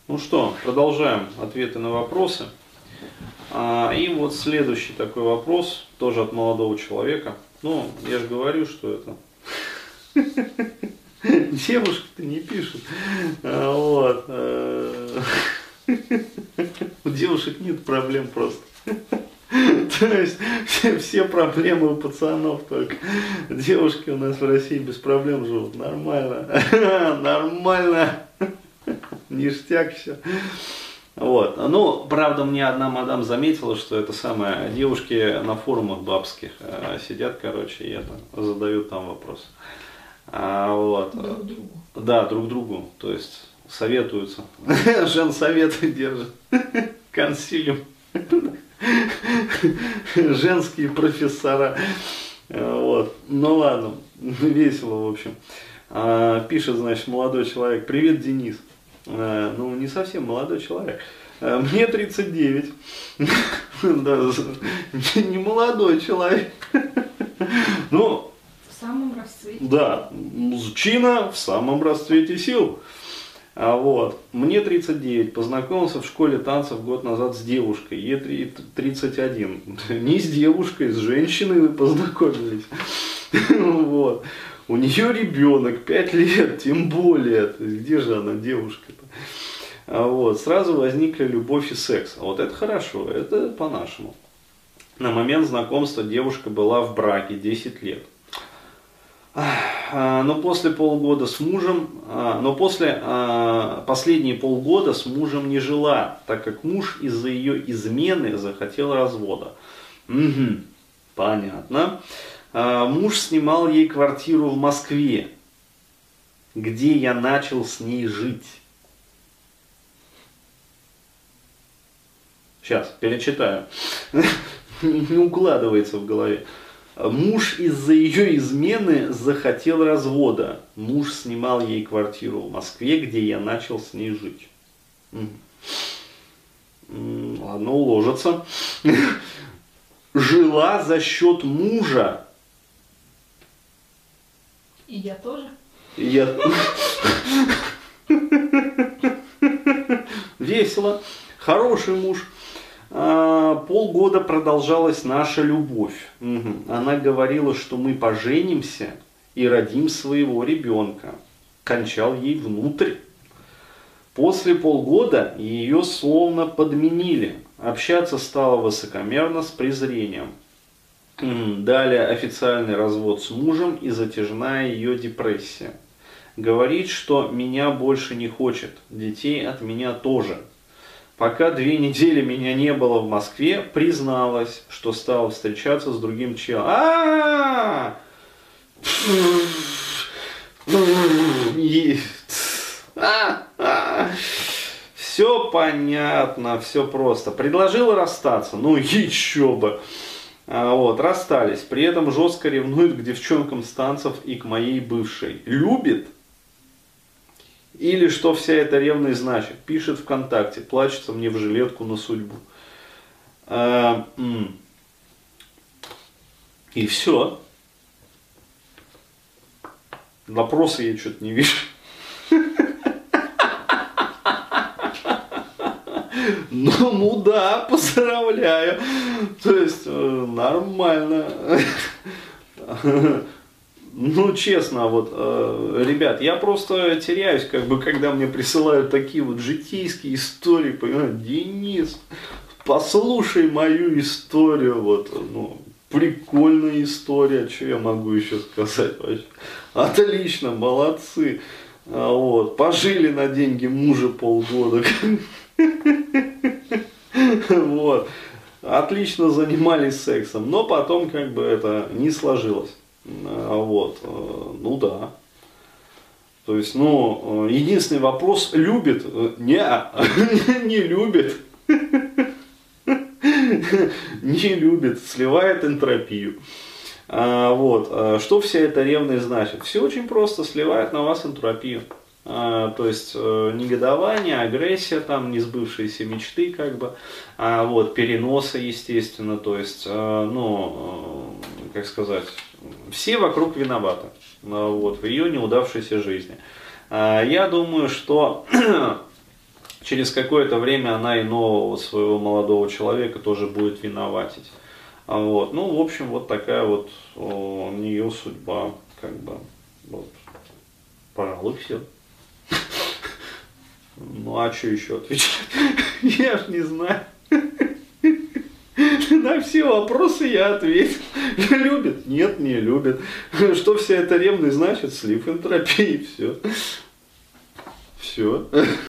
Ну что, продолжаем ответы на вопросы. И вот следующий такой вопрос, тоже от молодого человека. Ну, я же говорю, что это... Девушка-то не пишет. Вот. У девушек нет проблем просто. То есть все проблемы у пацанов только. Девушки у нас в России без проблем живут. Нормально. Нормально. Ништяк все. Вот. Ну, правда, мне одна мадам заметила, что это самое, девушки на форумах бабских сидят, короче, и это, задают там вопросы. Вот. Друг другу. Да, друг другу. То есть советуются. Женсоветы держат. Консилиум. Женские профессора. Вот. Ну ладно, весело, в общем. Пишет, значит, молодой человек: привет, Денис. Ну, не совсем молодой человек. Мне 39. Да, не молодой человек. Ну, В самом расцвете. да, мужчина в самом расцвете сил. Вот. Мне 39. Познакомился в школе танцев год назад с девушкой. Ей 31. Не с девушкой, с женщиной вы познакомились. Вот. У нее ребенок, 5 лет, тем более. То есть, где же она, девушка-то? Вот. Сразу возникли любовь и секс. Вот это хорошо, это по-нашему. На момент знакомства девушка была в браке 10 лет. Но после полгода с мужем, последние полгода с мужем не жила, так как муж из-за ее измены захотел развода. Угу, понятно. Муж снимал ей квартиру в Москве, где я начал с ней жить. Сейчас, перечитаю. Не укладывается в голове. Муж из-за ее измены захотел развода. Муж снимал ей квартиру в Москве, где я начал с ней жить. Ладно, уложится. Жила за счет мужа. И я тоже. Весело. Хороший муж. Полгода продолжалась наша любовь. Она говорила, что мы поженимся и родим своего ребенка. Кончал ей внутрь. После полгода ее словно подменили. Общаться стало высокомерно, с презрением. Далее официальный развод с мужем и затяжная ее депрессия. Говорит, что меня больше не хочет, детей от меня тоже. Пока 2 недели меня не было в Москве, призналась, что стала встречаться с другим челом. Все понятно, все просто. Предложила расстаться, ну еще бы. Вот, расстались. При этом жестко ревнует к девчонкам с танцев и к моей бывшей. Любит? Или что вся эта ревность значит? Пишет ВКонтакте, плачется мне в жилетку на судьбу. И все. Вопросы я что-то не вижу. Ну да, поздравляю. То есть нормально. Ну, честно, вот, ребят, я просто теряюсь, как бы, когда мне присылают такие вот житейские истории, понимаете, Денис, послушай мою историю, вот, ну, прикольная история, что я могу еще сказать вообще. Отлично, молодцы, вот, пожили на деньги мужа полгода, вот, отлично занимались сексом, но потом, как бы, это не сложилось. Вот, ну да. То есть, ну, единственный вопрос, любит? Не любит. Не любит, сливает энтропию. Вот, что вся эта ревность значит? Все очень просто, сливает на вас энтропию. То есть, негодование, агрессия, там, несбывшиеся мечты, как бы, вот, переносы, естественно, то есть, ну, как сказать, все вокруг виноваты, вот, в ее неудавшейся жизни. Я думаю, что через какое-то время она и нового своего молодого человека тоже будет виноватить. Вот. Ну, в общем, вот такая вот у нее судьба, как бы, вот, пожалуй, все. Ну, а что еще отвечать? Я ж не знаю. На все вопросы я ответил. Любит? Нет, не любит. Что вся эта ревность значит? Слив энтропии, все. Все.